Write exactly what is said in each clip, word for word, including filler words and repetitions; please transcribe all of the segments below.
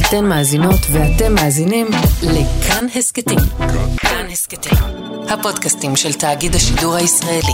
אתן מאזינות ואתם מאזינים לכאן הסקטים. כאן הסקטים, הפודקאסטים של תאגיד השידור הישראלי.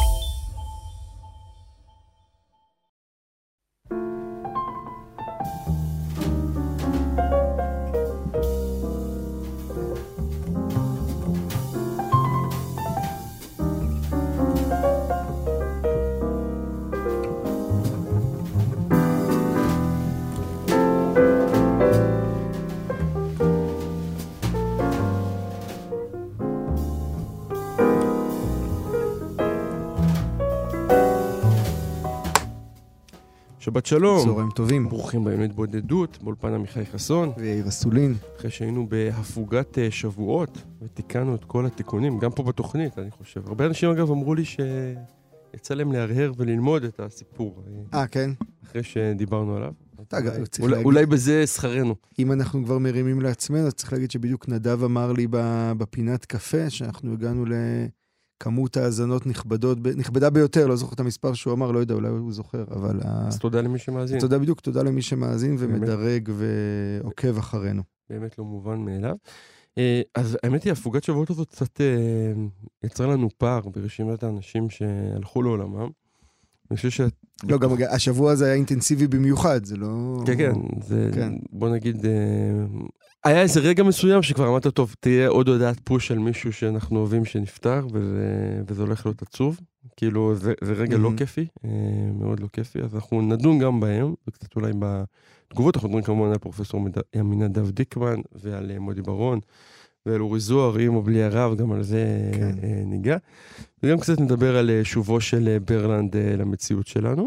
שבת שלום. צהריים טובים. ברוכים באים להתבודדות, באולפן עמיחי חסון. ויאיר אסולין. אחרי שהיינו בהפוגת שבועות, ותיקנו את כל התיקונים, גם פה בתוכנית, אני חושב. הרבה אנשים אגב אמרו לי שיצא להם להרהר וללמוד את הסיפור. אה, כן? אחרי שדיברנו עליו. אולי, אולי בזה שכרנו. אם אנחנו כבר מרימים לעצמנו, אז צריך להגיד שבדיוק נדב אמר לי בפינת קפה, שאנחנו הגענו לכמות האזנות נכבדות, נכבדה ביותר, לא זוכר את המספר שהוא אמר, לא יודע, אולי הוא זוכר, אבל... אז תודה למי שמאזין. תודה בדיוק, תודה למי שמאזין ומדרג ועוקב אחרינו. באמת לא מובן מאליו. אז האמת היא, הפוגת שבועות הזאת קצת יצרה לנו פער ברשימת האנשים שהלכו לעולמם. אני חושב ש... לא, גם השבוע הזה היה אינטנסיבי במיוחד, זה לא... כן, כן, זה, בוא נגיד, היה איזה רגע מסוים שכבר אמרת, טוב, תהיה עוד הודעת פוש על מישהו שאנחנו אוהבים שנפטר, וזה, וזה הולך להיות עצוב, כאילו, זה, זה רגע לא כיפי, מאוד לא כיפי, אז אנחנו נדון גם בהם, וקצת אולי בתגובות, אנחנו נדון כמובן על פרופסור עמינדב דיקמן, ועל מודי ברון, ועל אורי זוהר, עם או בלי הרב, גם על זה כן. ניגע. וגם קצת נדבר על שובו של ברלנד למציאות שלנו,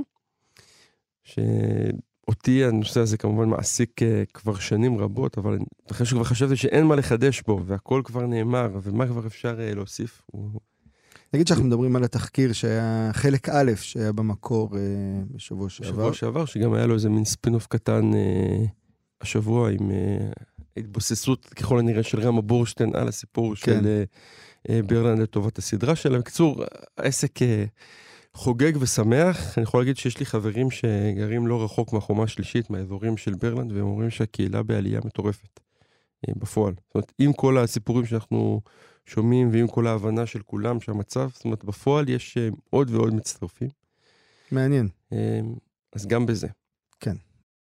שאותי הנושא הזה כמובן מעסיק כבר שנים רבות, אבל אחרי שכבר חשבתי שאין מה לחדש בו, והכל כבר נאמר, ומה כבר אפשר להוסיף. נגיד שאנחנו מדברים על התחקיר שהיה חלק א', שהיה במקור בשבוע שעבר. בשבוע שעבר, שגם היה לו איזה מין ספינוף קטן השבוע עם... התבוססות ככל הנראה של רמה בורשטיין על הסיפור כן. של uh, ברלנד לטובת הסדרה שלה. בקיצור, העסק uh, חוגג ושמח. אני יכול להגיד שיש לי חברים שגרים לא רחוק מהחומה השלישית, מהאזורים של ברלנד, והם אומרים שהקהילה בעלייה מטורפת uh, בפועל. זאת אומרת, עם כל הסיפורים שאנחנו שומעים, ועם כל ההבנה של כולם שהמצב, זאת אומרת, בפועל יש uh, עוד ועוד מצטרפים. מעניין. Uh, אז גם בזה. כן.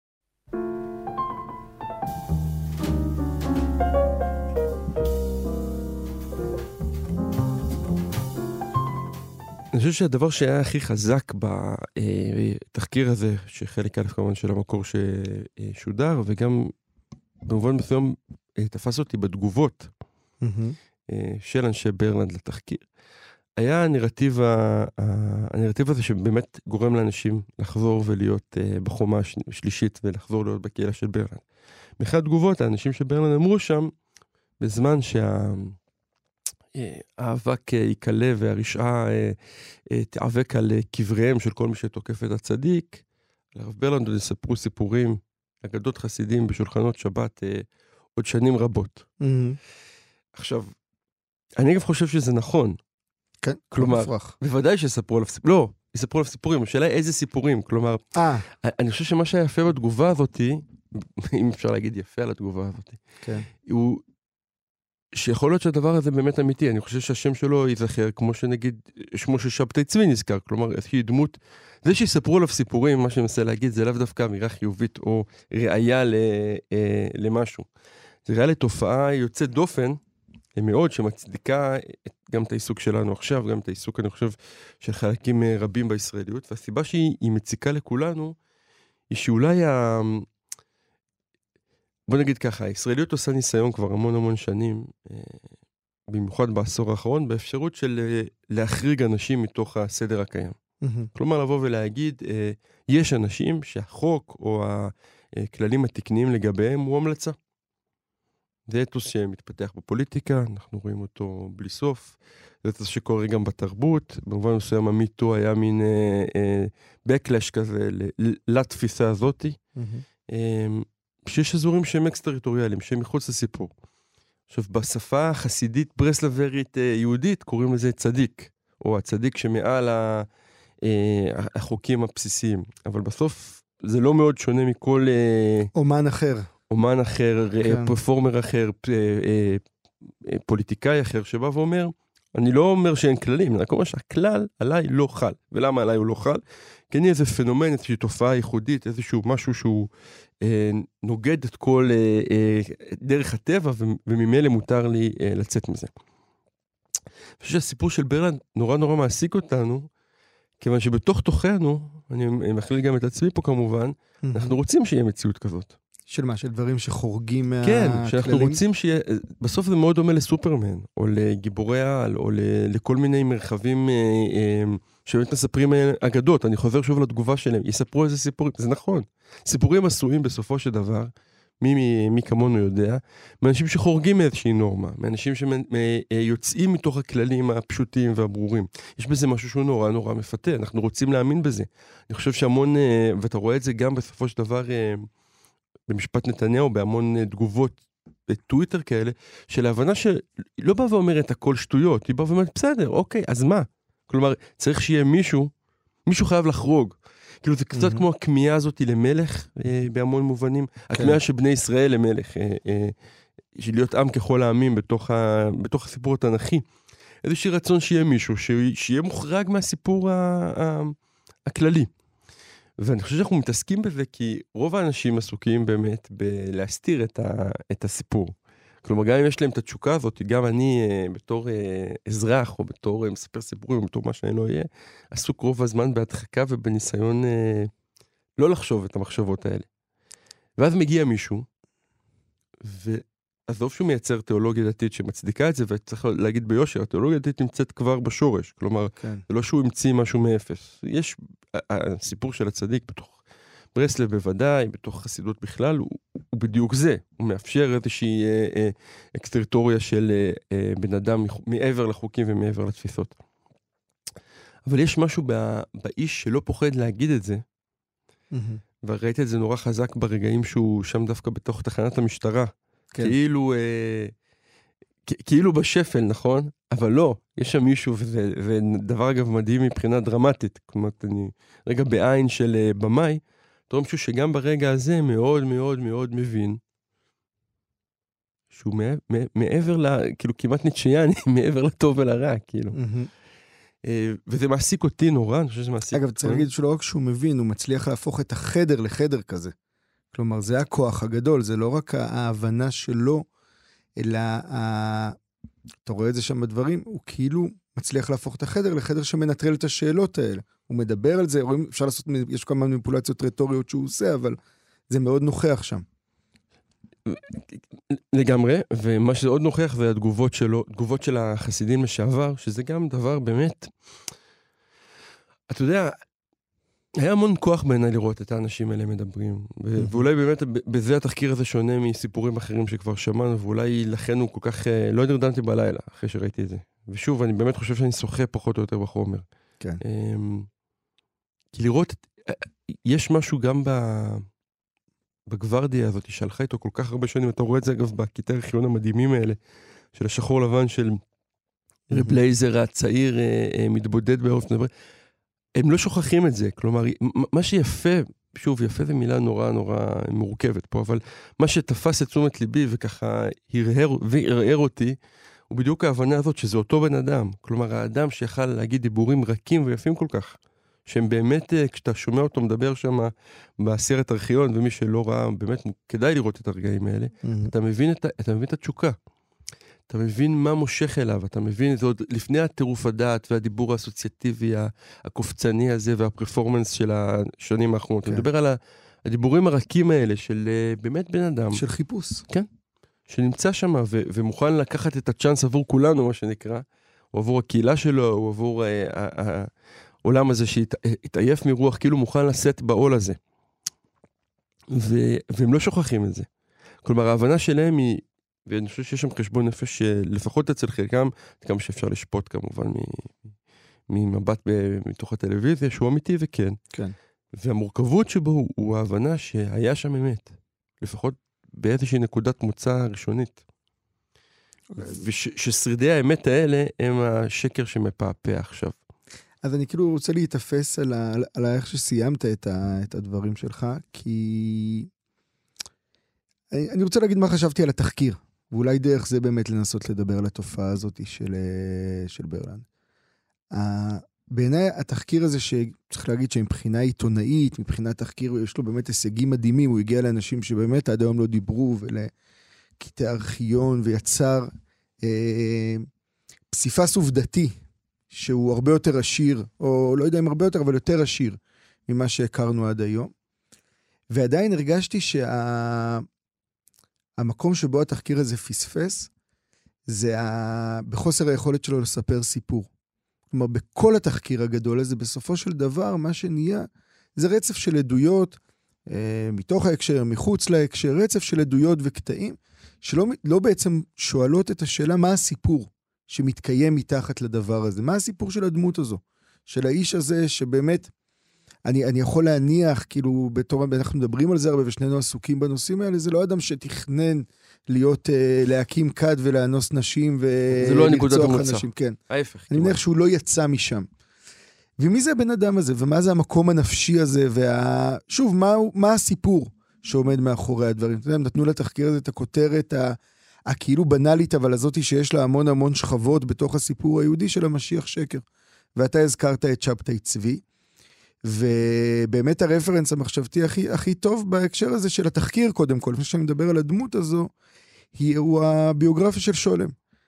אני חושב שהדבר שהיה הכי חזק בתחקיר הזה, שחלק א' כמובן של המקור ששודר, וגם במובן מסוים תפס אותי בתגובות של אנשי ברלנד לתחקיר, היה הנרטיב, הנרטיב הזה שבאמת גורם לאנשים לחזור ולהיות בחומה השלישית, ולחזור להיות בקהילה של ברלנד. באחד התגובות, האנשים של ברלנד אמרו שם, בזמן שה... האבק יקלה והרשעה תיאבק על קבריהם של כל מי שתוקף את הצדיק. לרב ברלנד עוד יספרו סיפורים, אגדות חסידים בשולחנות שבת עוד שנים רבות. עכשיו, אני גם חושב שזה נכון. כן, כלומר, בוודאי שיספרו עליו סיפורים. לא, יספרו עליו סיפורים. השאלה היא איזה סיפורים. כלומר, אני חושב שמה שהיה יפה בתגובה הזאת, אם אפשר להגיד יפה על התגובה הזאת, הוא... שיכול להיות שהדבר הזה באמת אמיתי, אני חושב שהשם שלו ייזכר, כמו שנגיד, שמו של שבתאי צבי נזכר, כלומר, איזושהי דמות, זה שיספרו עליו סיפורים, מה שאני מנסה להגיד, זה לאו דווקא אמירה חיובית, או ראייה ל, אה, למשהו. זה ראייה לתופעה יוצאת דופן, מאוד, שמצדיקה גם את העיסוק שלנו עכשיו, גם את העיסוק, אני חושב, של חלקים רבים בישראליות, והסיבה שהיא מציקה לכולנו, היא שאולי ה... בוא נגיד ככה, הישראליות עושה ניסיון כבר המון המון שנים, במיוחד בעשור האחרון, באפשרות של להחריג אנשים מתוך הסדר הקיים. Mm-hmm. כלומר, לבוא ולהגיד, יש אנשים שהחוק או הכללים התקניים לגביהם הוא המלצה. זה אתוס שמתפתח בפוליטיקה, אנחנו רואים אותו בלי סוף, זה אתוס שקורה גם בתרבות, במובן מסוים המיטו היה מין בקלאש כזה לתפיסה הזאת, mm-hmm. שיש אזורים שהם אקס-טריטוריאליים, שהם מחוץ לסיפור. עכשיו, בשפה החסידית ברסלברית יהודית, קוראים לזה צדיק, או הצדיק שמעל החוקים הבסיסיים. אבל בסוף זה לא מאוד שונה מכל... אומן אחר. אומן אחר, כן. פרפורמר אחר, פוליטיקאי אחר, שבא ואומר, אני לא אומר שאין כללים, אני אומר שהכלל עליי לא חל. ולמה עליי הוא לא חל? כי אני איזה פנומן, איזושהי תופעה ייחודית, איזשהו משהו שהוא אה, נוגד את כל אה, אה, דרך הטבע, וממילא מותר לי אה, לצאת מזה. אני חושב שהסיפור של ברלנד נורא נורא מעסיק אותנו, כיוון שבתוך תוכנו, אני מכליל גם את עצמי פה כמובן, אנחנו רוצים שיהיה מציאות כזאת. של מה? של דברים שחורגים מהכללים? כן, שאנחנו רוצים שיהיה, בסוף זה מאוד דומה לסופרמן, או לגיבורי העל, או לכל מיני מרחבים שבאמת מספרים אגדות. אני חוזר שוב לתגובה שלהם, יספרו איזה סיפורים, זה נכון. סיפורים עשויים בסופו של דבר, מי, מי כמונו יודע, מאנשים שחורגים מאיזושהי נורמה, מאנשים שיוצאים מתוך הכללים הפשוטים והברורים. יש בזה משהו שהוא נורא נורא מפתה, אנחנו רוצים להאמין בזה. אני חושב שהמון, ואתה רואה את זה גם בסופו של דבר, במשפט נתניהו, בהמון תגובות בטוויטר כאלה, של ההבנה שלא בא ואומרת הכל שטויות, היא באה ואומרת, בסדר, אוקיי, אז מה? כלומר, צריך שיהיה מישהו, מישהו חייב לחרוג. כאילו זה קצת כמו הכמיהה הזאת למלך, אה, בהמון מובנים. כן. הכמיהה שבני ישראל למלך, אה, אה, של להיות עם ככל העמים בתוך, ה, בתוך הסיפור התנ"כי. איזושהי רצון שיהיה מישהו, שיהיה מוחרג מהסיפור ה, ה, הכללי. ואני חושב שאנחנו מתעסקים בזה, כי רוב האנשים עסוקים באמת בלהסתיר את, ה, את הסיפור. כלומר, גם אם יש להם את התשוקה הזאת, גם אני אה, בתור אה, אזרח, או בתור אה, מספר סיפורים, או בתור מה שאני לא אהיה, עסוק רוב הזמן בהדחקה ובניסיון אה, לא לחשוב את המחשבות האלה. ואז מגיע מישהו, ועזוב שהוא מייצר תיאולוגיה דתית שמצדיקה את זה, וצריך להגיד ביושר, התיאולוגיה דתית נמצאת כבר בשורש. כלומר, כן. זה לא שהוא המציא משהו מאפס. יש, הסיפור של הצדיק בתוך ברסלב בוודאי, בתוך חסידות בכלל, הוא, הוא בדיוק זה. הוא מאפשר איזושהי אה, אה, אקסטריטוריה של אה, אה, בן אדם מעבר לחוקים ומעבר לתפיסות. אבל יש משהו בא, באיש שלא פוחד להגיד את זה, mm-hmm. וראיתי את זה נורא חזק ברגעים שהוא שם דווקא בתוך תחנת המשטרה. כן. כאילו, אה, כ- כאילו בשפל, נכון? אבל לא, יש שם מישהו, וזה, וזה דבר אגב מדהים מבחינה דרמטית. כלומר, אני רגע בעין של אה, במאי, אתה רואה משהו שגם ברגע הזה מאוד מאוד מאוד מבין, שהוא מעבר ל... כאילו כמעט ניטשיאני, מעבר לטוב ולרע, כאילו. וזה מעסיק אותי נורא, אני חושב שזה מעסיק... אגב, צריך להגיד שלא רק שהוא מבין, הוא מצליח להפוך את החדר לחדר כזה. כלומר, זה הכוח הגדול, זה לא רק ההבנה שלו, אלא אתה רואה את זה שם בדברים, הוא כאילו מצליח להפוך את החדר לחדר שמנטרל את השאלות האלה. הוא מדבר על זה, רואים, אפשר לעשות, יש כמה מניפולציות רטוריות שהוא עושה, אבל זה מאוד נוכח שם. לגמרי, ומה שזה עוד נוכח זה התגובות שלו, תגובות של החסידים לשעבר, שזה גם דבר באמת, אתה יודע, היה המון כוח בעיניי לראות את האנשים האלה מדברים, ואולי באמת בזה התחקיר הזה שונה מסיפורים אחרים שכבר שמענו, ואולי לכן הוא כל כך, לא נרדמתי בלילה אחרי שראיתי את זה. ושוב, אני באמת חושב שאני שוחה פחות או יותר בחומר. כן. כי לראות, יש משהו גם בגוורדיה הזאת, שהלכה איתו כל כך הרבה שנים, אתה רואה את זה אגב בקטעי החיון המדהימים האלה, של השחור לבן של רבלייזר הצעיר מתבודד באופן דבר, הם לא שוכחים את זה, כלומר, מה שיפה, שוב, יפה זה מילה נורא נורא מורכבת פה, אבל מה שתפס את תשומת ליבי וככה הרהר והרהר אותי, הוא בדיוק ההבנה הזאת שזה אותו בן אדם, כלומר, האדם שיכל להגיד דיבורים רכים ויפים כל כך, שהם באמת, כשאתה שומע אותו מדבר שם בסרט ארכיון, ומי שלא ראה, באמת כדאי לראות את הרגעים האלה, mm-hmm. אתה מבין את, אתה מבין את התשוקה. אתה מבין מה מושך אליו, אתה מבין, זה עוד לפני הטירוף הדעת והדיבור האסוציאטיבי, הקופצני הזה והפרפורמנס של השנים האחרונות. אני מדבר על הדיבורים הרכים האלה של באמת בן אדם. של חיפוש. כן. שנמצא שם ו- ומוכן לקחת את הצ'אנס עבור כולנו, מה שנקרא, או עבור הקהילה שלו, או עבור העולם הזה שהתעייף מרוח, כאילו מוכן לשאת בעול הזה. ו- והם לא שוכחים את זה. כלומר, ההבנה שלהם היא, ואני חושב שיש שם חשבון נפש לפחות אצל חלקם, כמה שאפשר לשפוט כמובן ממבט מתוך הטלוויזיה, שהוא אמיתי וכן. כן. והמורכבות שבו הוא, הוא ההבנה שהיה שם אמת. לפחות באיזושהי נקודת מוצא ראשונית. וששרידי האמת האלה הם השקר שמפעפע עכשיו. אז אני כאילו רוצה להתאפס על, ה, על איך שסיימת את, ה, את הדברים שלך, כי אני, אני רוצה להגיד מה חשבתי על התחקיר, ואולי דרך זה באמת לנסות לדבר על התופעה הזאת של, של ברלנד. בעיניי התחקיר הזה שצריך להגיד שמבחינה עיתונאית, מבחינת תחקיר, יש לו באמת הישגים מדהימים, הוא הגיע לאנשים שבאמת עד היום לא דיברו, ולקטעי ארכיון, ויצר אה, פסיפס עובדתי, שהוא הרבה יותר עשיר, או לא יודע אם הרבה יותר, אבל יותר עשיר, ממה שהכרנו עד היום. ועדיין הרגשתי שהמקום שבו התחקיר הזה פספס, זה ה... בחוסר היכולת שלו לספר סיפור. כלומר, בכל התחקיר הגדול הזה, בסופו של דבר, מה שנהיה, זה רצף של עדויות, אה, מתוך ההקשר, מחוץ להקשר, רצף של עדויות וקטעים, שלא לא בעצם שואלות את השאלה, מה הסיפור שמתקיים מתחת לדבר הזה? מה הסיפור של הדמות הזו? של האיש הזה שבאמת, אני, אני יכול להניח, כאילו, בתור, אנחנו מדברים על זה הרבה, ושנינו עסוקים בנושאים האלה, זה לא אדם שתכנן להיות, אה, להקים קד ולאנוס נשים, ולרצוח אנשים, כן. ההפך. אני מניח שהוא לא יצא משם. ומי זה הבן אדם הזה, ומה זה המקום הנפשי הזה, וה... שוב, מה, מה הסיפור שעומד מאחורי הדברים? אתה יודע, הם נתנו לתחקיר הזה את הכותרת, ה... הכאילו בנלית, אבל הזאתי שיש לה המון המון שכבות, בתוך הסיפור היהודי של המשיח שקר. ואתה הזכרת את שבתאי צבי, ובאמת הרפרנס המחשבתי הכי, הכי טוב בהקשר הזה של התחקיר, קודם כל, לפני שאני מדבר על הדמות הזו, היא, הוא הביוגרפיה של שולם,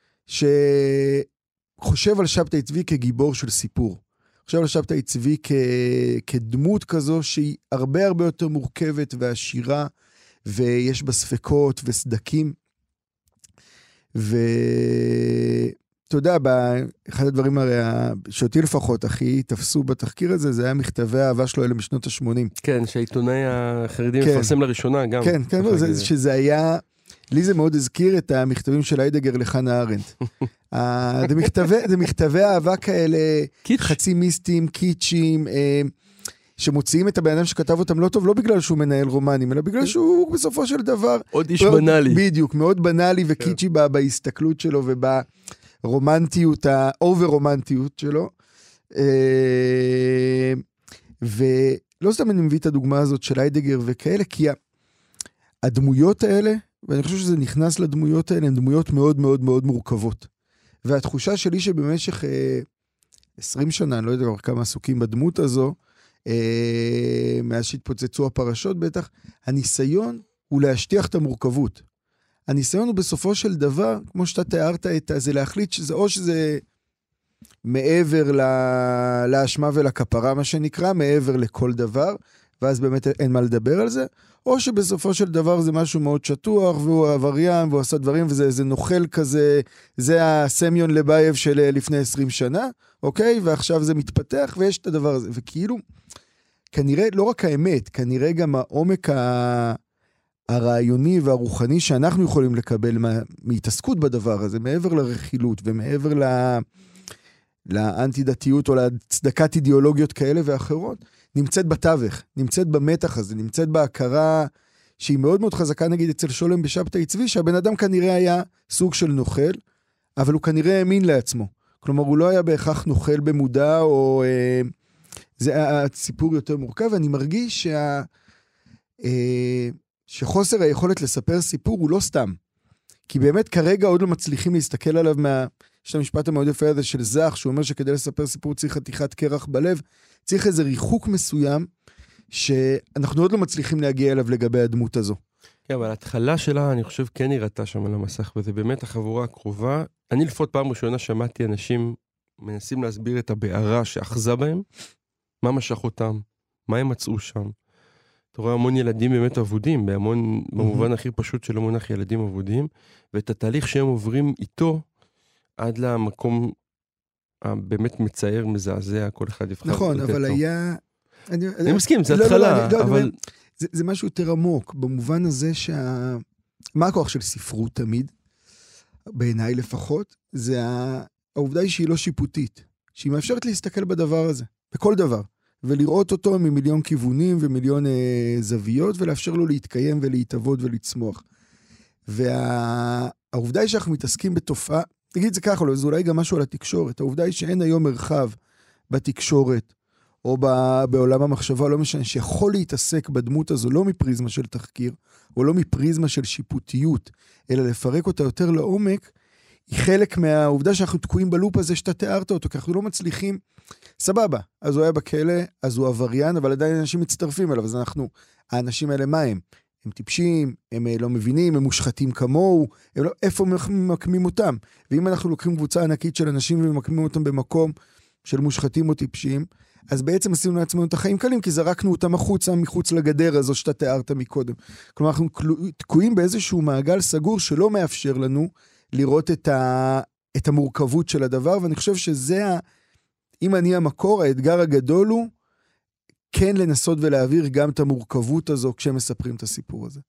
שחושב על שבתאי צבי כגיבור של סיפור. חושב על שבתאי צבי כ, כדמות כזו, שהיא הרבה הרבה יותר מורכבת ועשירה, ויש בה ספקות וסדקים. ו... אתה יודע, אחד הדברים הרי, שאותי לפחות הכי תפסו בתחקיר הזה, זה היה מכתבי האהבה שלו אלה משנות ה-שמונים. כן, שהעיתונאי החרדי כן. מפרסם לראשונה גם. כן, כן, זה, שזה היה, לי זה מאוד הזכיר את המכתבים של היידגר לחנה ארנדט. זה מכתבי, זה מכתבי אהבה כאלה, קיץ'. חצי מיסטיים, קיצ'ים, שמוציאים את הבן אדם שכתב אותם לא טוב, לא בגלל שהוא מנהל רומנים, אלא בגלל שהוא בסופו של דבר... עוד איש בנאלי. בדיוק, מאוד בנאלי וקיצ'י כן. בהסתכלות שלו וב... רומנטיות, האובר רומנטיות שלו, ולא סתם אני מביא את הדוגמה הזאת של היידגר וכאלה, כי הדמויות האלה, ואני חושב שזה נכנס לדמויות האלה, הן דמויות מאוד מאוד מאוד מורכבות, והתחושה שלי שבמשך עשרים שנה, אני לא יודע כמה עסוקים בדמות הזו, מאז שהתפוצצו הפרשות בטח, הניסיון הוא להשטיח את המורכבות, הניסיון הוא בסופו של דבר, כמו שאתה תיארת את זה, להחליט שזה, או שזה מעבר לה, להשמה ולכפרה, מה שנקרא, מעבר לכל דבר, ואז באמת אין מה לדבר על זה, או שבסופו של דבר זה משהו מאוד שטוח, והוא עבריין, והוא עשה דברים, וזה זה נוכל כזה, זה הסמיון לבייב של לפני עשרים שנה, אוקיי? ועכשיו זה מתפתח, ויש את הדבר הזה. וכאילו, כנראה, לא רק האמת, כנראה גם העומק ה... הרעיוני והרוחני שאנחנו יכולים לקבל מהתעסקות בדבר הזה, מעבר לרכילות ומעבר לאנטי-דתיות או לצדקת אידיאולוגיות כאלה ואחרות, נמצאת בתווך, נמצאת במתח הזה, נמצאת בהכרה שהיא מאוד מאוד חזקה, נגיד אצל שולם בשבתאי צבי, שהבן אדם כנראה היה סוג של נוכל, אבל הוא כנראה האמין לעצמו. כלומר, הוא לא היה בהכרח נוכל במודע, או... אה, זה הסיפור יותר מורכב, ואני מרגיש שה... אה, שחוסר היכולת לספר סיפור הוא לא סתם. כי באמת כרגע עוד לא מצליחים להסתכל עליו מה... יש המשפט המאוד יפה הזה של זך, שהוא אומר שכדי לספר סיפור צריך חתיכת קרח בלב, צריך איזה ריחוק מסוים, שאנחנו עוד לא מצליחים להגיע אליו לגבי הדמות הזו. כן, אבל ההתחלה שלה, אני חושב, כן נראתה שם על המסך, וזה באמת החבורה הקרובה. אני לפחות פעם ראשונה שמעתי אנשים מנסים להסביר את הבערה שאחזה בהם, מה משך אותם, מה הם מצאו שם. אתה רואה המון ילדים באמת עבודים, בהמון, במובן הכי פשוט של המונח ילדים עבודים, ואת התהליך שהם עוברים איתו, עד למקום הבאמת מצער, מזעזע, כל אחד יבחר. נכון, אבל היה... אני מסכים, זה התחלה, אבל... זה משהו יותר עמוק, במובן הזה שה... מה הכוח של ספרות תמיד, בעיניי לפחות, זה העובדה היא שהיא לא שיפוטית, שהיא מאפשרת להסתכל בדבר הזה, בכל דבר. ולראות אותו ממיליון כיוונים ומיליון אה, זוויות, ולאפשר לו להתקיים ולהתאבות ולצמוח. והעובדה היא שאנחנו מתעסקים בתופעה, תגיד זה ככה, זה אולי גם משהו על התקשורת, העובדה היא שאין היום מרחב בתקשורת, או בעולם המחשבה, לא משנה, שיכול להתעסק בדמות הזו, לא מפריזמה של תחקיר, או לא מפריזמה של שיפוטיות, אלא לפרק אותה יותר לעומק, היא חלק מהעובדה שאנחנו תקועים בלופ הזה שאתה תיארת אותו, כי אנחנו לא מצליחים, סבבה, אז הוא היה בכלא, אז הוא עבריין, אבל עדיין אנשים מצטרפים אליו, אז אנחנו, האנשים האלה מה הם? הם טיפשים, הם לא מבינים, הם מושחתים כמוהו, הם לא, איפה ממקמים אותם? ואם אנחנו לוקחים קבוצה ענקית של אנשים וממקמים אותם במקום של מושחתים או טיפשים, אז בעצם עשינו לעצמנו את החיים קלים, כי זרקנו אותם החוצה, מחוץ לגדר הזו שאתה תיארת מקודם. כלומר, אנחנו תקועים באיזשהו מעגל סגור שלא מאפשר לנו לראות את, ה, את המורכבות של הדבר, ואני חושב שזה, ה, אם אני המקור, האתגר הגדול הוא, כן לנסות ולהעביר גם את המורכבות הזו, כשהם מספרים את הסיפור הזה.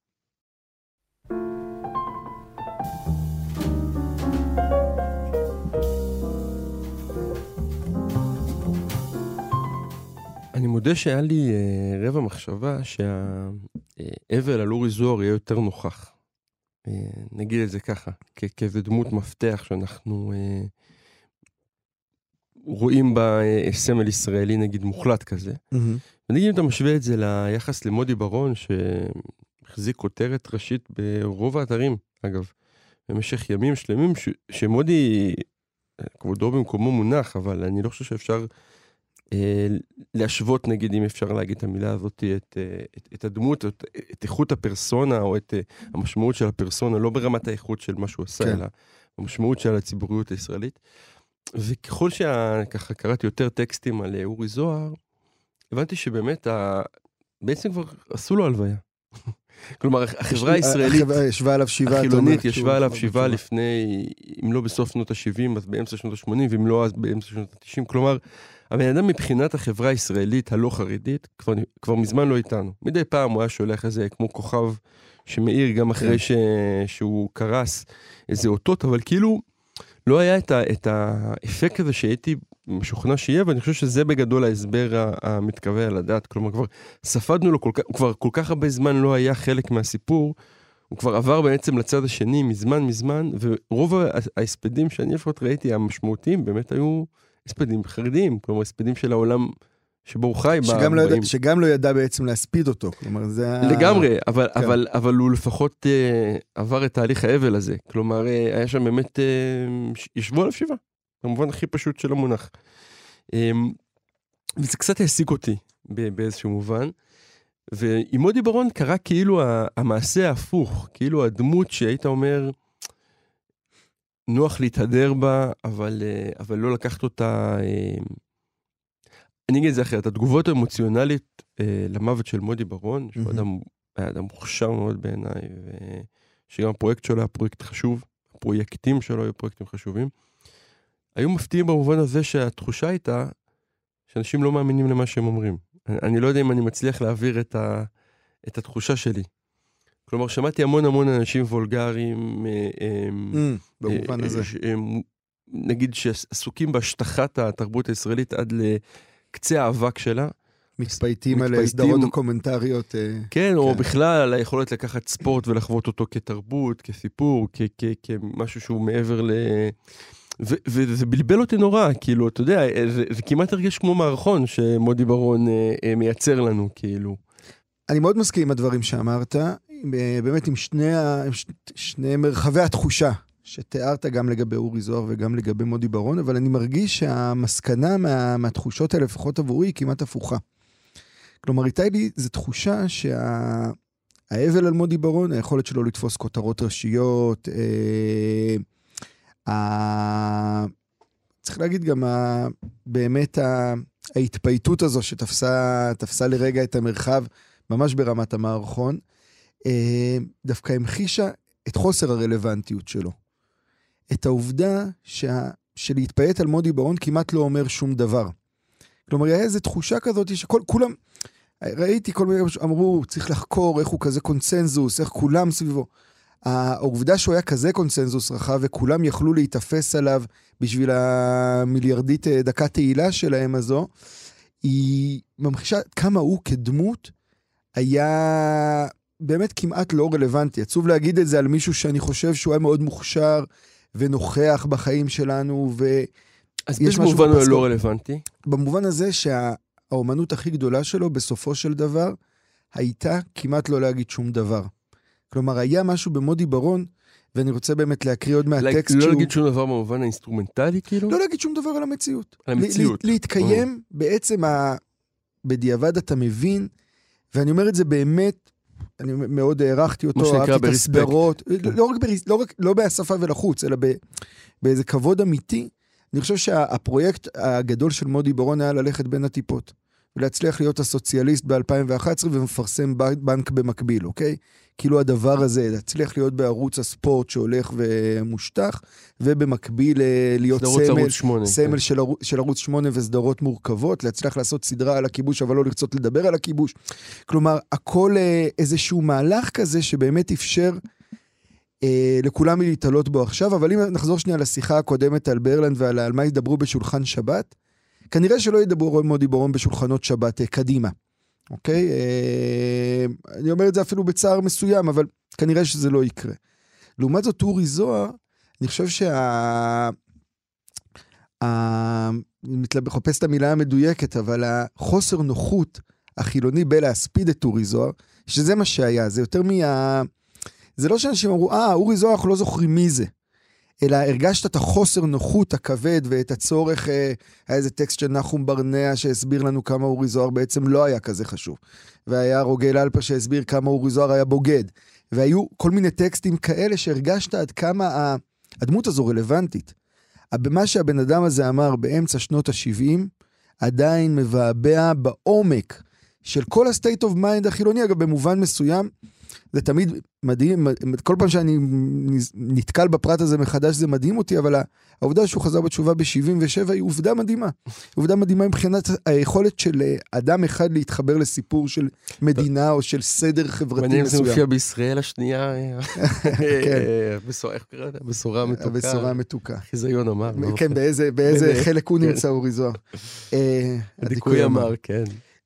אני מודה שהיה לי uh, רבע מחשבה שהאבל על אורי זוהר יהיה יותר נוכח. Uh, נגיד את זה ככה, כ- כאיזה דמות מפתח שאנחנו uh, רואים בה uh, סמל ישראלי נגיד מוחלט כזה. Mm-hmm. ונגיד אם אתה משווה את זה ליחס למודי ברון, שהחזיק כותרת ראשית ברוב האתרים, אגב, במשך ימים שלמים, ש- שמודי, כבודו במקומו מונח, אבל אני לא חושב שאפשר להשוות, נגיד, אם אפשר להגיד את המילה הזאת, את, את, את הדמות, את, את איכות הפרסונה, או את המשמעות של הפרסונה, לא ברמת האיכות של מה שהוא עושה, כן. אלא המשמעות של הציבוריות הישראלית. וככל שככה קראתי יותר טקסטים על אורי זוהר, הבנתי שבאמת, ה... בעצם כבר עשו לו הלוויה. כלומר, החברה הישראלית, ישבה עליו שבעה, החילונית, ישבה עליו שבעה לפני, אם לא בסוף שנות ה-שבעים, אז באמצע שנות ה-שמונים, ואם לא אז באמצע שנות ה-תשעים, כלומר, הבן אדם מבחינת החברה הישראלית הלא חרדית, כבר, כבר מזמן לא איתנו. מדי פעם הוא היה שולח איזה כמו כוכב שמאיר גם אחרי ש, שהוא קרס איזה אותות, אבל כאילו לא היה את, ה, את האפקט הזה שהייתי משוכנע שיהיה, ואני חושב שזה בגדול ההסבר המתכוון על הדעת. כלומר, כבר ספדנו לו כל כך, כבר כל כך הרבה זמן לא היה חלק מהסיפור, הוא כבר עבר בעצם לצד השני מזמן מזמן, ורוב ההספדים שאני לפחות ראיתי המשמעותיים באמת היו הספדים חרדיים, כלומר הספדים של העולם שבו הוא חי. שגם, לא ידע, שגם לא ידע בעצם להספיד אותו. כלומר, זה לגמרי, אבל, כן. אבל, אבל הוא לפחות uh, עבר את תהליך האבל הזה. כלומר, uh, היה שם באמת, uh, ישבו עליו שבעה, במובן הכי פשוט של המונח. Um, וזה קצת העסיק אותי באיזשהו מובן. ועם מודי ברון קרה כאילו המעשה ההפוך, כאילו הדמות שהיית אומר, נוח להתהדר בה, אבל, אבל לא לקחת אותה, אני אגיד את זה אחרת, התגובות האמוציונלית למוות של מודי ברון, שהוא אדם, היה אדם מוכשר מאוד בעיניי, שגם הפרויקט שלו היה פרויקט חשוב, הפרויקטים שלו היו פרויקטים חשובים, היו מפתיעים במובן הזה שהתחושה הייתה, שאנשים לא מאמינים למה שהם אומרים. אני לא יודע אם אני מצליח להעביר את, ה, את התחושה שלי. כלומר, שמעתי המון המון אנשים וולגריים, במובן הזה. נגיד שעסוקים בהשטחת התרבות הישראלית עד לקצה האבק שלה. מתפייטים על סדרות דוקומנטריות. כן, או בכלל על היכולת לקחת ספורט ולחוות אותו כתרבות, כסיפור, כמשהו שהוא מעבר ל... וזה בלבל אותי נורא, כאילו, אתה יודע, זה כמעט הרגיש כמו מערכון שמודי ברון מייצר לנו, כאילו. אני מאוד מסכים עם הדברים שאמרת, באמת עם שני, שני מרחבי התחושה שתיארת גם לגבי אורי זוהר וגם לגבי מודי ברון, אבל אני מרגיש שהמסקנה מה, מהתחושות האלה, לפחות עבורי, היא כמעט הפוכה. כלומר, איתי לי, זו תחושה שהאבל על מודי ברון, היכולת שלו לתפוס כותרות ראשיות, אה, ה... צריך להגיד גם ה... באמת ה... ההתפייטות הזו שתפסה תפסה לרגע את המרחב, ממש ברמת המערכון, דווקא המחישה את חוסר הרלוונטיות שלו. את העובדה שה... שלהתפייט על מודי ברון כמעט לא אומר שום דבר. כלומר, היה איזו תחושה כזאת שכל, כולם, ראיתי כל מיני אמרו, צריך לחקור איך הוא כזה קונצנזוס, איך כולם סביבו. העובדה שהוא היה כזה קונצנזוס רחב, וכולם יכלו להתאפס עליו בשביל המיליארדית דקת תהילה שלהם הזו, היא ממחישה כמה הוא כדמות היה באמת כמעט לא רלוונטי. עצוב להגיד את זה על מישהו שאני חושב שהוא היה מאוד מוכשר ונוכח בחיים שלנו. ו... אז יש במובן הוא לא רלוונטי? במובן הזה שה... האומנות הכי גדולה שלו, בסופו של דבר, הייתה כמעט לא להגיד שום דבר. כלומר, היה משהו במודי ברון, ואני רוצה באמת להקריא עוד מהטקסט לא שהוא... להגיד שום דבר במובן האינסטרומנטלי, כאילו? לא להגיד שום דבר על המציאות. על המציאות. להתקיים בעצם, בדיעבד אתה מבין, ואני אומר את זה באמת, אני מאוד הערכתי אותו, אהבתי את הסדרות, לא בשפה ולחוץ, אלא באיזה כבוד אמיתי. אני חושב שהפרויקט הגדול של מודי ברון היה ללכת בין הטיפות, ולהצליח להיות הסוציאליסט ב-אלפיים ואחת עשרה ומפרסם בנק במקביל, אוקיי? כאילו הדבר הזה, להצליח להיות בערוץ הספורט שהולך ומושטח, ובמקביל להיות סמל, שמונה, סמל כן. של, ערוץ, של ערוץ שמונה וסדרות מורכבות, להצליח לעשות סדרה על הכיבוש, אבל לא לרצות לדבר על הכיבוש. כלומר, הכל איזשהו מהלך כזה שבאמת אפשר אה, לכולם להתעלות בו עכשיו, אבל אם נחזור שנייה לשיחה הקודמת על ברלנד ועל על מה ידברו בשולחן שבת, כנראה שלא ידברו מודי ברון בשולחנות שבת אה, קדימה. אוקיי? אה, אני אומר את זה אפילו בצער מסוים, אבל כנראה שזה לא יקרה. לעומת זאת, אורי זוהר, אני חושב שה... אני מחפש את המילה המדויקת, אבל החוסר נוחות החילוני בלהספיד את אורי זוהר, שזה מה שהיה, זה יותר מה... זה לא שאנשים אמרו, אה, אורי זוהר, אנחנו לא זוכרים מי זה. אלא הרגשת את החוסר נוחות הכבד ואת הצורך, אה, היה איזה טקסט של נחום ברנע שהסביר לנו כמה אורי זוהר בעצם לא היה כזה חשוב. והיה רוגל אלפר שהסביר כמה אורי זוהר היה בוגד. והיו כל מיני טקסטים כאלה שהרגשת עד כמה הדמות הזו רלוונטית. במה שהבן אדם הזה אמר באמצע שנות ה-שבעים, עדיין מבעבע בעומק של כל ה-state of mind החילוני, אגב במובן מסוים, זה תמיד מדהים, כל פעם שאני נתקל בפרט הזה מחדש זה מדהים אותי, אבל העובדה שהוא חזר בתשובה ב-שבעים ושבע היא עובדה מדהימה. עובדה מדהימה מבחינת היכולת של אדם אחד להתחבר לסיפור של מדינה או של סדר חברתי מסוים. זה מופיע בישראל השנייה, בשורה המתוקה. בשורה המתוקה. חיזיון אמר. כן, באיזה חלק הוא נמצא אורי זוהר. הדיקוי אמר, כן.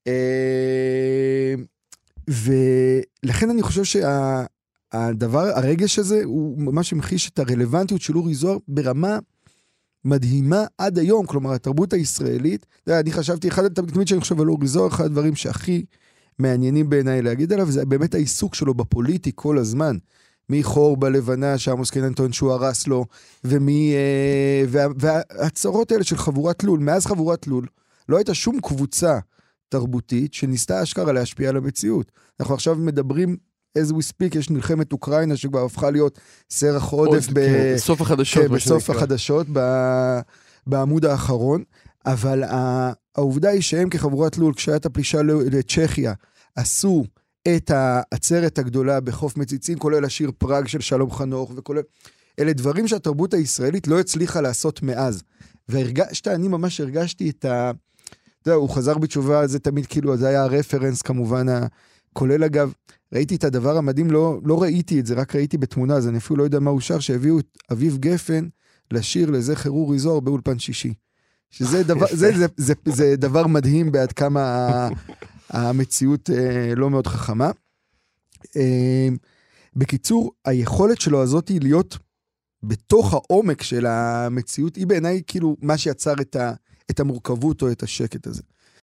ולכן אני חושב שהדבר, הרגש הזה, הוא ממש המחיש את הרלוונטיות של אורי זוהר ברמה מדהימה עד היום. כלומר, התרבות הישראלית, אני חשבתי, אחד התמיד שאני חושב על אורי זוהר, אחד הדברים שהכי מעניינים בעיניי להגיד עליו, זה באמת העיסוק שלו בפוליטי כל הזמן. מחור בלבנה שעמוס קינן טוען שהוא הרס לו, ומי, והצהרות האלה של חבורת לול, מאז חבורת לול, לא הייתה שום קבוצה תרבותית שניסתה אשכרה להשפיע על המציאות. אנחנו עכשיו מדברים, as we speak, יש מלחמת אוקראינה שכבר הפכה להיות סרח עודף בסוף החדשות, בסוף החדשות, בעמוד האחרון, אבל העובדה היא שהם כחבורת לול, כשהייתה הפלישה לצ'כיה, עשו את העצרת הגדולה בחוף מציצים, כולל השיר פראג של שלום חנוך, וכולל, אלה דברים שהתרבות הישראלית לא הצליחה לעשות מאז. והרגשת, אני ממש הרגשתי את ה... אתה יודע, הוא חזר בתשובה, זה תמיד כאילו, זה היה הרפרנס כמובן, כולל אגב, ראיתי את הדבר המדהים, לא, לא ראיתי את זה, רק ראיתי בתמונה, אז אני אפילו לא יודע מה הוא שר, שהביאו את אביב גפן לשיר לזכר אורי זוהר באולפן שישי. שזה דבר, זה, זה, זה, זה דבר מדהים בעד כמה המציאות אה, לא מאוד חכמה. אה, בקיצור, היכולת שלו הזאת היא להיות בתוך העומק של המציאות, היא בעיניי כאילו מה שיצר את ה... את המורכבות או את השקט הזה.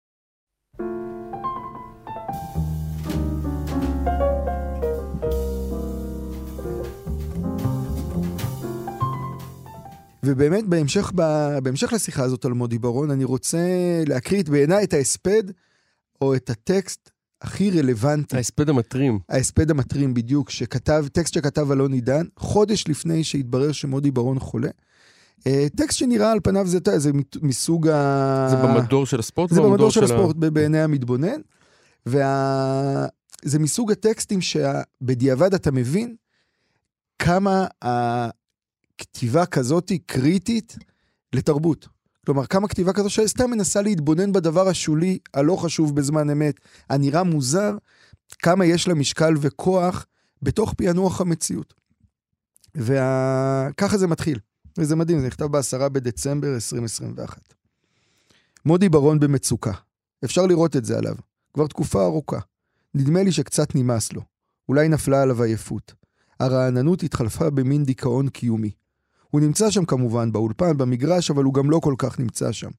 ובאמת בהמשך, בהמשך לשיחה הזאת על מודי ברון, אני רוצה להקריא בעיניי את ההספד, או את הטקסט הכי רלוונטי. ההספד המטרים. ההספד המטרים בדיוק, שכתב, טקסט שכתב אלון עידן, חודש לפני שהתברר שמודי ברון חולה. טקסט שנראה על פניו זה, זה מסוג ה... זה במדור של הספורט? זה במדור של הספורט, בעיני המתבונן. וזה מסוג הטקסטים שבדיעבד אתה מבין כמה הכתיבה כזאת היא קריטית לתרבות. כלומר, כמה כתיבה כזאת שסתם מנסה להתבונן בדבר השולי, הלא חשוב בזמן אמת, הנראה מוזר, כמה יש לה משקל וכוח בתוך פענוח המציאות. וככה זה מתחיל. וזה מדהים, זה נכתב בעשרה בדצמבר עשרים עשרים ואחת. מודי ברון במצוקה. אפשר לראות את זה עליו. כבר תקופה ארוכה. נדמה לי שקצת נמאס לו. אולי נפלה עליו עייפות. הרעננות התחלפה במין דיכאון קיומי. הוא נמצא שם כמובן באולפן, במגרש, אבל הוא גם לא כל כך נמצא שם.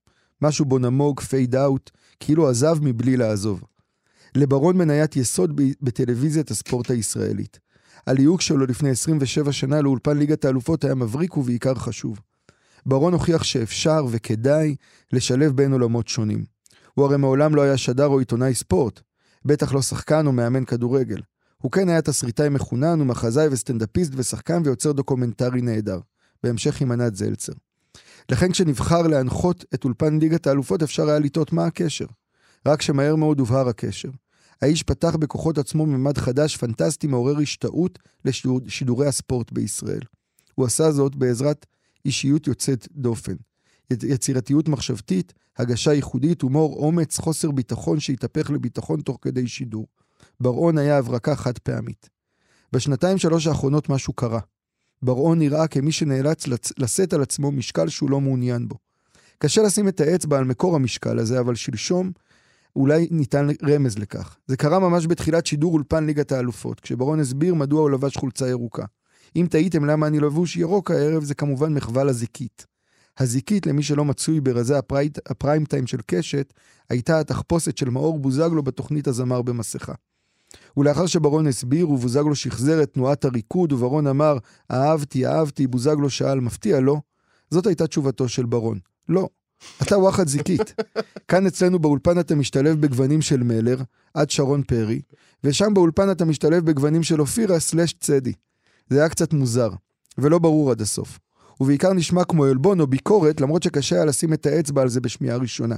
משהו בו נמוג, פייד אאוט, כאילו עזב מבלי לעזוב. לברון מניית יסוד בטלוויזיית הספורט הישראלית. הליהוק שלו לפני עשרים ושבע שנה לאולפן ליגת האלופות היה מבריק ובעיקר חשוב. ברון הוכיח שאפשר וכדאי לשלב בין עולמות שונים. הוא הרי מעולם לא היה שדר או עיתונאי ספורט, בטח לא שחקן או מאמן כדורגל. הוא כן היה תסריטאי מחונן ומחזאי וסטנדאפיסט ושחקן ויוצר דוקומנטרי נהדר, בהמשך עם ענת זלצר. לכן כשנבחר להנחות את אולפן ליגת האלופות אפשר היה לטעות מה הקשר. רק שמהר מאוד הובהר הקשר. האיש פתח בכוחות עצמו ממד חדש פנטסטי מעורר השתאות לשידורי הספורט בישראל. הוא עשה זאת בעזרת אישיות יוצאת דופן. יצירתיות מחשבתית, הגשה ייחודית, הומור, אומץ, חוסר ביטחון שהתהפך לביטחון תוך כדי שידור. בר-און היה הברקה חד פעמית. בשנתיים שלוש האחרונות משהו קרה. בר-און נראה כמי שנאלץ לשאת על עצמו משקל שהוא לא מעוניין בו. קשה לשים את האצבע על מקור המשקל הזה, אבל שלשום אולי ניתן רמז לכך. זה קרה ממש בתחילת שידור אולפן ליגת האלופות, כשברון הסביר מדוע הוא לבש חולצה ירוקה. אם תהיתם למה אני לבוש ירוק הערב, זה כמובן מחווה לזיקית. הזיקית, למי שלא מצוי ברזי הפריים, הפריים טיים של קשת, הייתה התחפושת של מאור בוזגלו בתוכנית הזמר במסכה. ולאחר שברון הסביר ובוזגלו שחזר את תנועת הריקוד, וברון אמר, אהבתי, אהבתי, בוזגלו שאל, מפתיע לא? זאת הייתה תשובתו של ברון. לא, אתה וואחד זיקית. כאן אצלנו באולפן אתה משתלב בגוונים של מלר, עד שרון פרי, ושם באולפן אתה משתלב בגוונים של אופירה סלש צדי. זה היה קצת מוזר, ולא ברור עד הסוף. ובעיקר נשמע כמו אלבון או ביקורת, למרות שקשה היה לשים את האצבע על זה בשמיעה ראשונה.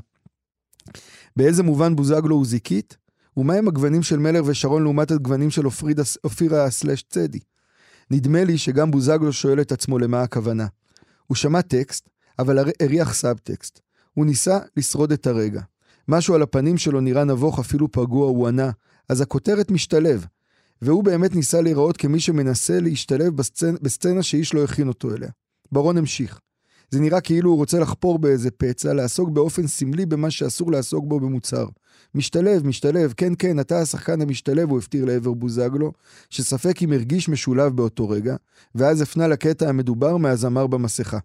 באיזה מובן בוזגלו הוא זיקית? ומה הם הגוונים של מלר ושרון לעומת הגוונים של אופירה סלש צדי? נדמה לי שגם בוזגלו שואל את עצמו למה הכוונה. הוא שמע טקסט, אבל הריח סאבטקסט. הוא ניסה לשרוד את הרגע. משהו על הפנים שלו נראה נבוך, אפילו פגוע, הוא ענה. אז הכותרת משתלב. והוא באמת ניסה להיראות כמי שמנסה להשתלב בסצנ... בסצנה שאיש לא הכין אותו אליה. ברון המשיך. זה נראה כאילו הוא רוצה לחפור באיזה פצע, לעסוק באופן סמלי במה שאסור לעסוק בו במוצר. משתלב, משתלב, כן, כן, אתה השחקן המשתלב, הוא הפתיר לעבר בוזגלו, שספק אם הרגיש משולב באותו רגע, ואז הפנה לקטע המדובר מהזמר במסכה.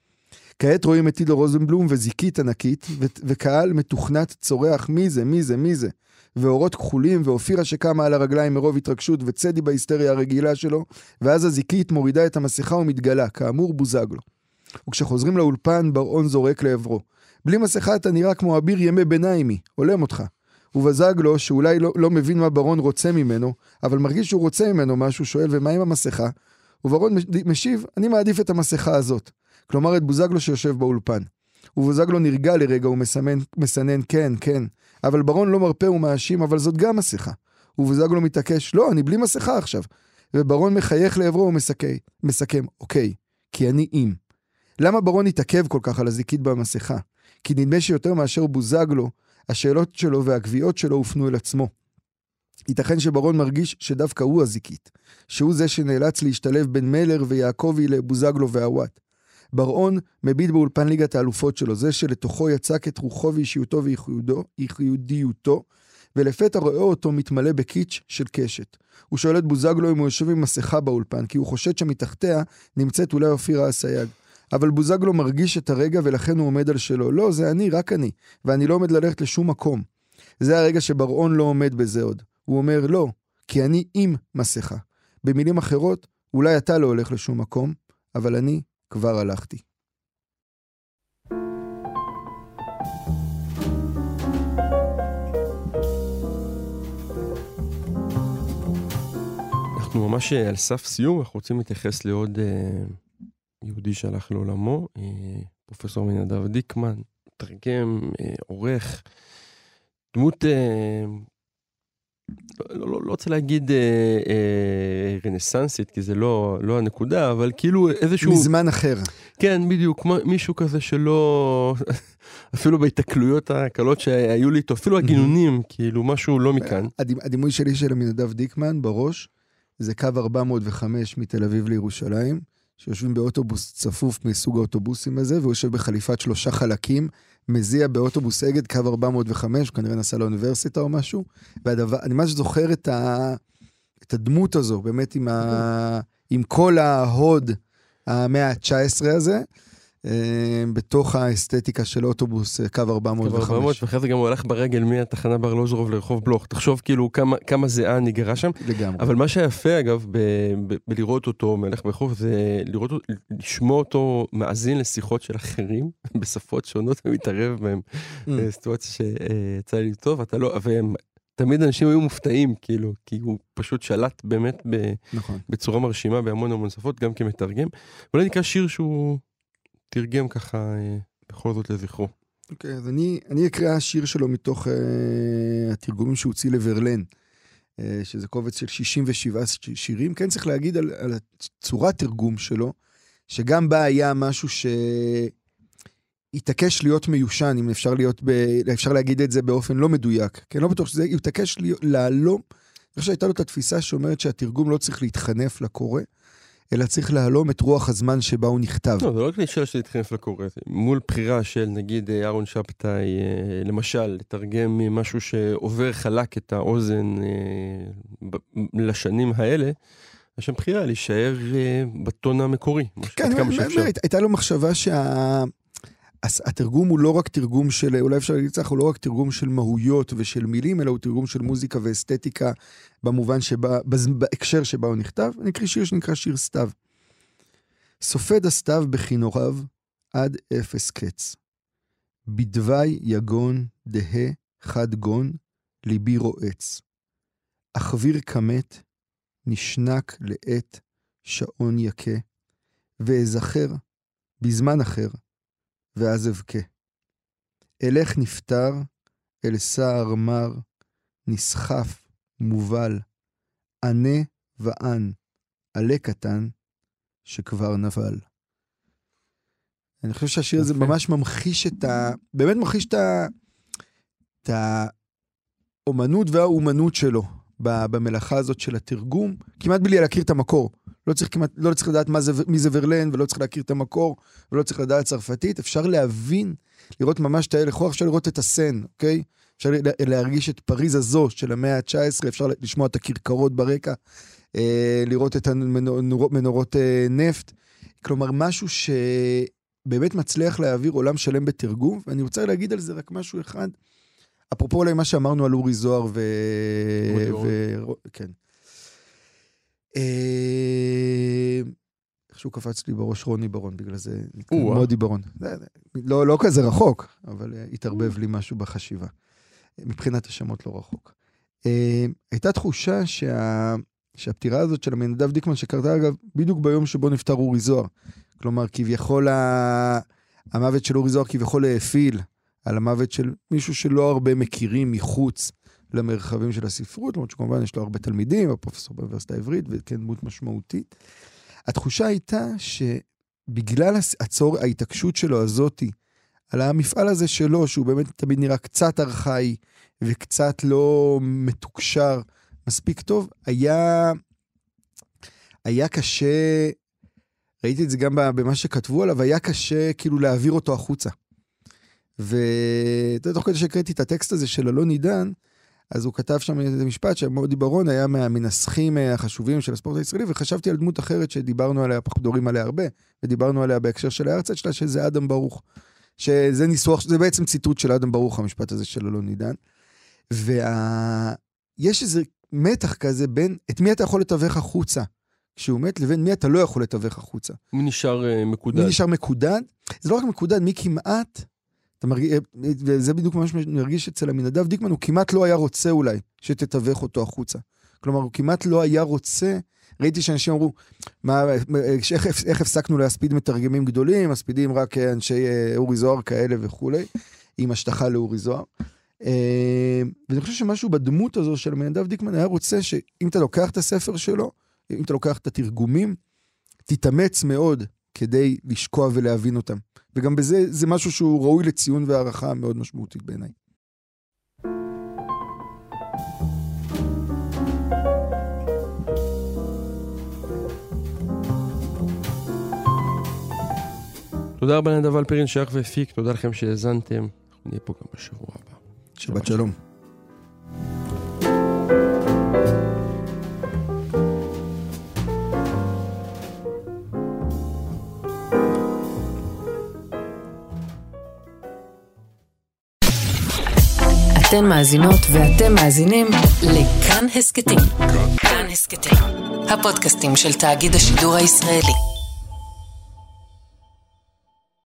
כעת רואים את תידו רוזנבלום וזיקית ענקית, ו- וקהל מתוכנת צורח מי זה, מי זה, מי זה, ואורות כחולים, ואופירה שקמה על הרגליים מרוב התרגשות, וצדי בהיסטריה הרגילה שלו, ואז הזיקית מורידה את המסכה ומתגלה, כאמור בוזגלו. וכשחוזרים לאולפן, בר-און זורק לעברו. בלי מסכה אתה נראה כמו אביר ימי ביניימי, עולם אותך. ובזגלו, שאולי לא, לא מבין מה ברון רוצה ממנו, אבל מרגיש שהוא רוצה ממנו משהו, שואל, ומה עם המסכה? וברון משיב, אני מעדיף את המסכה הזאת. כלומר, את בוזגלו שיושב באולפן. ובוזגלו נרגע לרגע ומסמן, מסנן, כן, כן. אבל ברון לא מרפא ומאשים, אבל זאת גם מסכה. ובוזגלו מתעקש, לא, אני בלי מסכה עכשיו. וברון מחייך לעברו ומסכם, מסכם, אוקיי, כי אני עם. למה ברון התעכב כל כך על הזיקית במסכה? כי נדמה שיותר מאשר בוזגלו, השאלות שלו והגביעות שלו הופנו אל עצמו. ייתכן שברון מרגיש שדווקא הוא הזיקית, שהוא זה שנאלץ להשתלב בין מלר ויעקבי לבוזגלו והוואט. בר-און מביט באולפן ליגת האלופות שלו, זה שלתוכו יצק את רוחו ואישיותו וייחודיותו, ולפתע רואה אותו מתמלא בקיץ' של קשת. הוא שואל את בוזגלו אם הוא יושב עם מסכה באולפן, כי הוא חושד שמתחתיה נמצאת אולי אופירה הסייג. אבל בוזגלו מרגיש את הרגע ולכן הוא עומד על שלו. לא, זה אני, רק אני, ואני לא עומד ללכת לשום מקום. זה הרגע שבר-און לא עומד בזה עוד. הוא אומר לא, כי אני עם מסכה. במילים אחרות, אולי אתה לא הולך לשום מקום, אבל אני כבר הלכתי. אנחנו ממש על סף סיום, אנחנו רוצים להתייחס לעוד אה, יהודי שהלך לעולמו, אה, פרופסור נדב דיקמן, תרגם, אה, עורך, דמות, אה, לא, לא, לא רוצה להגיד אה, אה, רנסנסית, כי זה לא, לא הנקודה, אבל כאילו איזשהו... מזמן אחר. כן, בדיוק, מישהו כזה שלא... אפילו בהתקלויות הקלות שהיו לי איתו, אפילו הגינונים, כאילו משהו לא מכאן. הדימוי שלי של נדב דיקמן בראש, זה קו ארבע מאות וחמש מתל אביב לירושלים, שיושבים באוטובוס צפוף מסוג האוטובוסים הזה, והוא יושב בחליפת שלושה חלקים, מזיע באוטובוס אגד, קו ארבע מאות וחמש, הוא כנראה נסע לאוניברסיטה או משהו, והדבר, אני ממש זוכר את, ה, את הדמות הזו, באמת עם, ה, עם כל ההוד המאה ה-תשע עשרה הזה, בתוך האסתטיקה של אוטובוס, קו ארבע מאות וחמש. קו ארבע מאות, ואחרי זה גם הוא הולך ברגל מהתחנה בארלוזורוב לרחוב בלוך. תחשוב כאילו כמה, כמה זיעה נגרה שם. לגמרי. אבל מה שהיה אגב, ב- ב- בלראות אותו מלך ברחוב, זה לראות, לשמוע אותו מאזין לשיחות של אחרים, בשפות שונות, ומתערב בהם. סיטואציה שיצא לי טוב, אתה לא, והם, תמיד אנשים היו מופתעים, כאילו, כי הוא פשוט שלט באמת ב- נכון. בצורה מרשימה, בהמון המון שפות, גם כמתרגם. אולי נקרא שיר שהוא תרגם ככה, בכל זאת לזכרו. אוקיי, okay, אז אני, אני אקרא שיר שלו מתוך uh, התרגומים שהוציא לברלן, uh, שזה קובץ של שישים ושבעה שירים. כן, צריך להגיד על, על הצורת תרגום שלו, שגם בה היה משהו שהתעקש להיות מיושן, אם אפשר, להיות ב, אפשר להגיד את זה באופן לא מדויק. כן, לא בטוח שזה התעקש לעלום. אני חושב שהייתה לו את התפיסה שאומרת שהתרגום לא צריך להתחנף לקורא, אלא צריך להלום את רוח הזמן שבה הוא נכתב. לא, זה לא רק נשאל שלהתחנף לקורא. מול בחירה של, נגיד, אהרון שבתאי, למשל, לתרגם משהו שעובר חלק את האוזן לשנים האלה, יש שם בחירה להישאר בטון המקורי. כן, הייתה לו מחשבה שה... התרגום הוא לא רק תרגום של, אולי אפשר להגיד לך, הוא לא רק תרגום של מהויות ושל מילים, אלא הוא תרגום של מוזיקה ואסתטיקה, במובן שבה, בהקשר שבה הוא נכתב. אני אקריא שיר שנקרא שיר סתיו. סופד הסתיו בכינוריו עד אפס קץ. בדווי יגון דה חד גון, ליבי רועץ. אחביר כמת, נשנק לעת שעון יקה, ואזכר בזמן אחר, ואז אבכה. אלך נפטר, אל סער מר, נסחף, מובל, ענה וען, עלה קטן, שכבר נבל. אני חושב שהשיר הזה ממש ממחיש את ה... באמת ממחיש את ה... את האומנות והאומנות שלו, במלאכה הזאת של התרגום, כמעט בלי להכיר את המקור. לא צריך, כמעט, לא צריך לדעת מה זה, מי זה ורלן, ולא צריך להכיר את המקור, ולא צריך לדעת צרפתית. אפשר להבין, לראות ממש את ההלך רוח, אפשר לראות את הסן, אוקיי? אפשר להרגיש את פריז הזו של המאה ה-תשע עשרה, אפשר לשמוע את הכרכרות ברקע, לראות את המנורות, מנורות נפט. כלומר, משהו שבאמת מצליח להעביר עולם שלם בתרגום, ואני רוצה להגיד על זה רק משהו אחד, אפרופו אולי מה שאמרנו על אורי זוהר ו... ו... כן. איך שהוא קפץ לי בראש רוני ברון, בגלל זה מודי ברון. לא, לא כזה רחוק, אבל התערבב לי משהו בחשיבה. מבחינת השמות לא רחוק. הייתה תחושה שה... שהפטירה הזאת של המנדב דיקמן שקרתה אגב, בדיוק ביום שבו נפטר אורי זוהר. כלומר, כביכול ה... המוות של אורי זוהר כביכול להפיל על המוות של מישהו שלא הרבה מכירים מחוץ למרחבים של הספרות, למרות שכמובן יש לו הרבה תלמידים, הפרופסור באוניברסיטה העברית, וכן דמות משמעותית. התחושה הייתה שבגלל הצור, ההתעקשות שלו הזאתי, על המפעל הזה שלו, שהוא באמת תמיד נראה קצת ארכאי, וקצת לא מתוקשר, מספיק טוב, היה, היה קשה, ראיתי את זה גם במה שכתבו עליו, היה קשה כאילו להעביר אותו החוצה. ותוך כדי שקראתי את הטקסט הזה של אלון עידן, אז הוא כתב שם את המשפט שמודי ברון היה מהמנסחים החשובים של הספורט הישראלי, וחשבתי על דמות אחרת שדיברנו עליה, אנחנו מדברים עליה הרבה, ודיברנו עליה בהקשר של הארצת שלה, שזה אדם ברוך. שזה ניסוח, זה בעצם ציטוט של אדם ברוך, המשפט הזה של אלון עידן. ויש איזה מתח כזה בין, את מי אתה יכול לתווך החוצה כשהוא מת, לבין מי אתה לא יכול לתווך החוצה. מי נשאר uh, מקודד? מי נשאר מקודד? זה לא רק מקודד, מי כמעט, אתה מרגיש, וזה בדיוק מה שנרגיש אצל המנדב דיקמן, הוא כמעט לא היה רוצה אולי שתתווך אותו החוצה. כלומר, הוא כמעט לא היה רוצה, ראיתי שאנשים אמרו, מה, איך, איך הפסקנו להספיד מתרגמים גדולים, מספידים רק אנשי אורי זוהר כאלה וכולי, עם השטחה לאורי זוהר. ואני חושב שמשהו בדמות הזו של המנדב דיקמן היה רוצה שאם אתה לוקח את הספר שלו, אם אתה לוקח את התרגומים, תתאמץ מאוד כדי לשקוע ולהבין אותם. וגם בזה זה משהו שהוא ראוי לציון והערכה מאוד משמעותית בעיניי. תודה רבה לנדב אלפרין שערך והפיק, תודה לכם שהאזנתם, אנחנו נהיה פה גם בשבוע הבא. שבת שלום. אתן מאזינות ואתם מאזינים לכאן הסקטים. כאן הסקטים, הפודקאסטים של תאגיד השידור הישראלי.